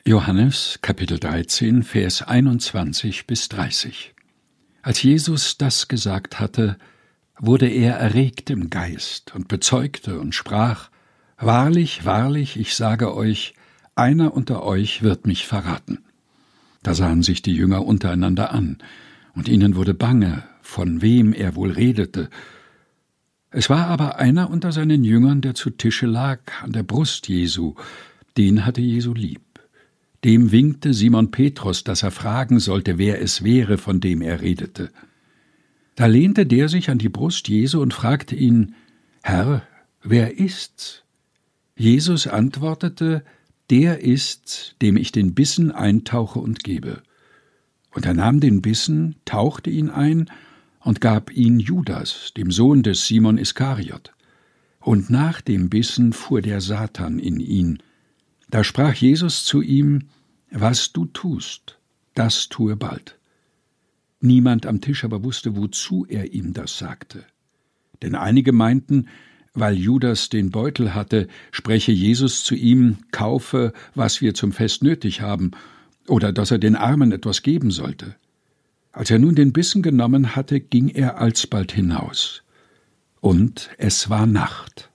Johannes, Kapitel 13, Vers 21 bis 30. Als Jesus das gesagt hatte, wurde er erregt im Geist und bezeugte und sprach: Wahrlich, wahrlich, ich sage euch, einer unter euch wird mich verraten. Da sahen sich die Jünger untereinander an, und ihnen wurde bange, von wem er wohl redete. Es war aber einer unter seinen Jüngern, der zu Tische lag, an der Brust Jesu, den hatte Jesu lieb. Dem winkte Simon Petrus, dass er fragen sollte, wer es wäre, von dem er redete. Da lehnte der sich an die Brust Jesu und fragte ihn: Herr, wer ist's? Jesus antwortete: Der ist's, dem ich den Bissen eintauche und gebe. Und er nahm den Bissen, tauchte ihn ein und gab ihn Judas, dem Sohn des Simon Iskariot. Und nach dem Bissen fuhr der Satan in ihn. Da sprach Jesus zu ihm: Was du tust, das tue bald. Niemand am Tisch aber wusste, wozu er ihm das sagte. Denn einige meinten, weil Judas den Beutel hatte, spreche Jesus zu ihm: Kaufe, was wir zum Fest nötig haben, oder dass er den Armen etwas geben sollte. Als er nun den Bissen genommen hatte, ging er alsbald hinaus. Und es war Nacht.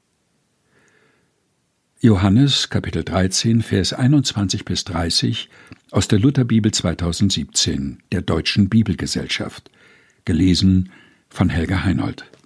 Johannes, Kapitel 13, Vers 21 bis 30 aus der Lutherbibel 2017, der Deutschen Bibelgesellschaft. Gelesen von Helga Heinold.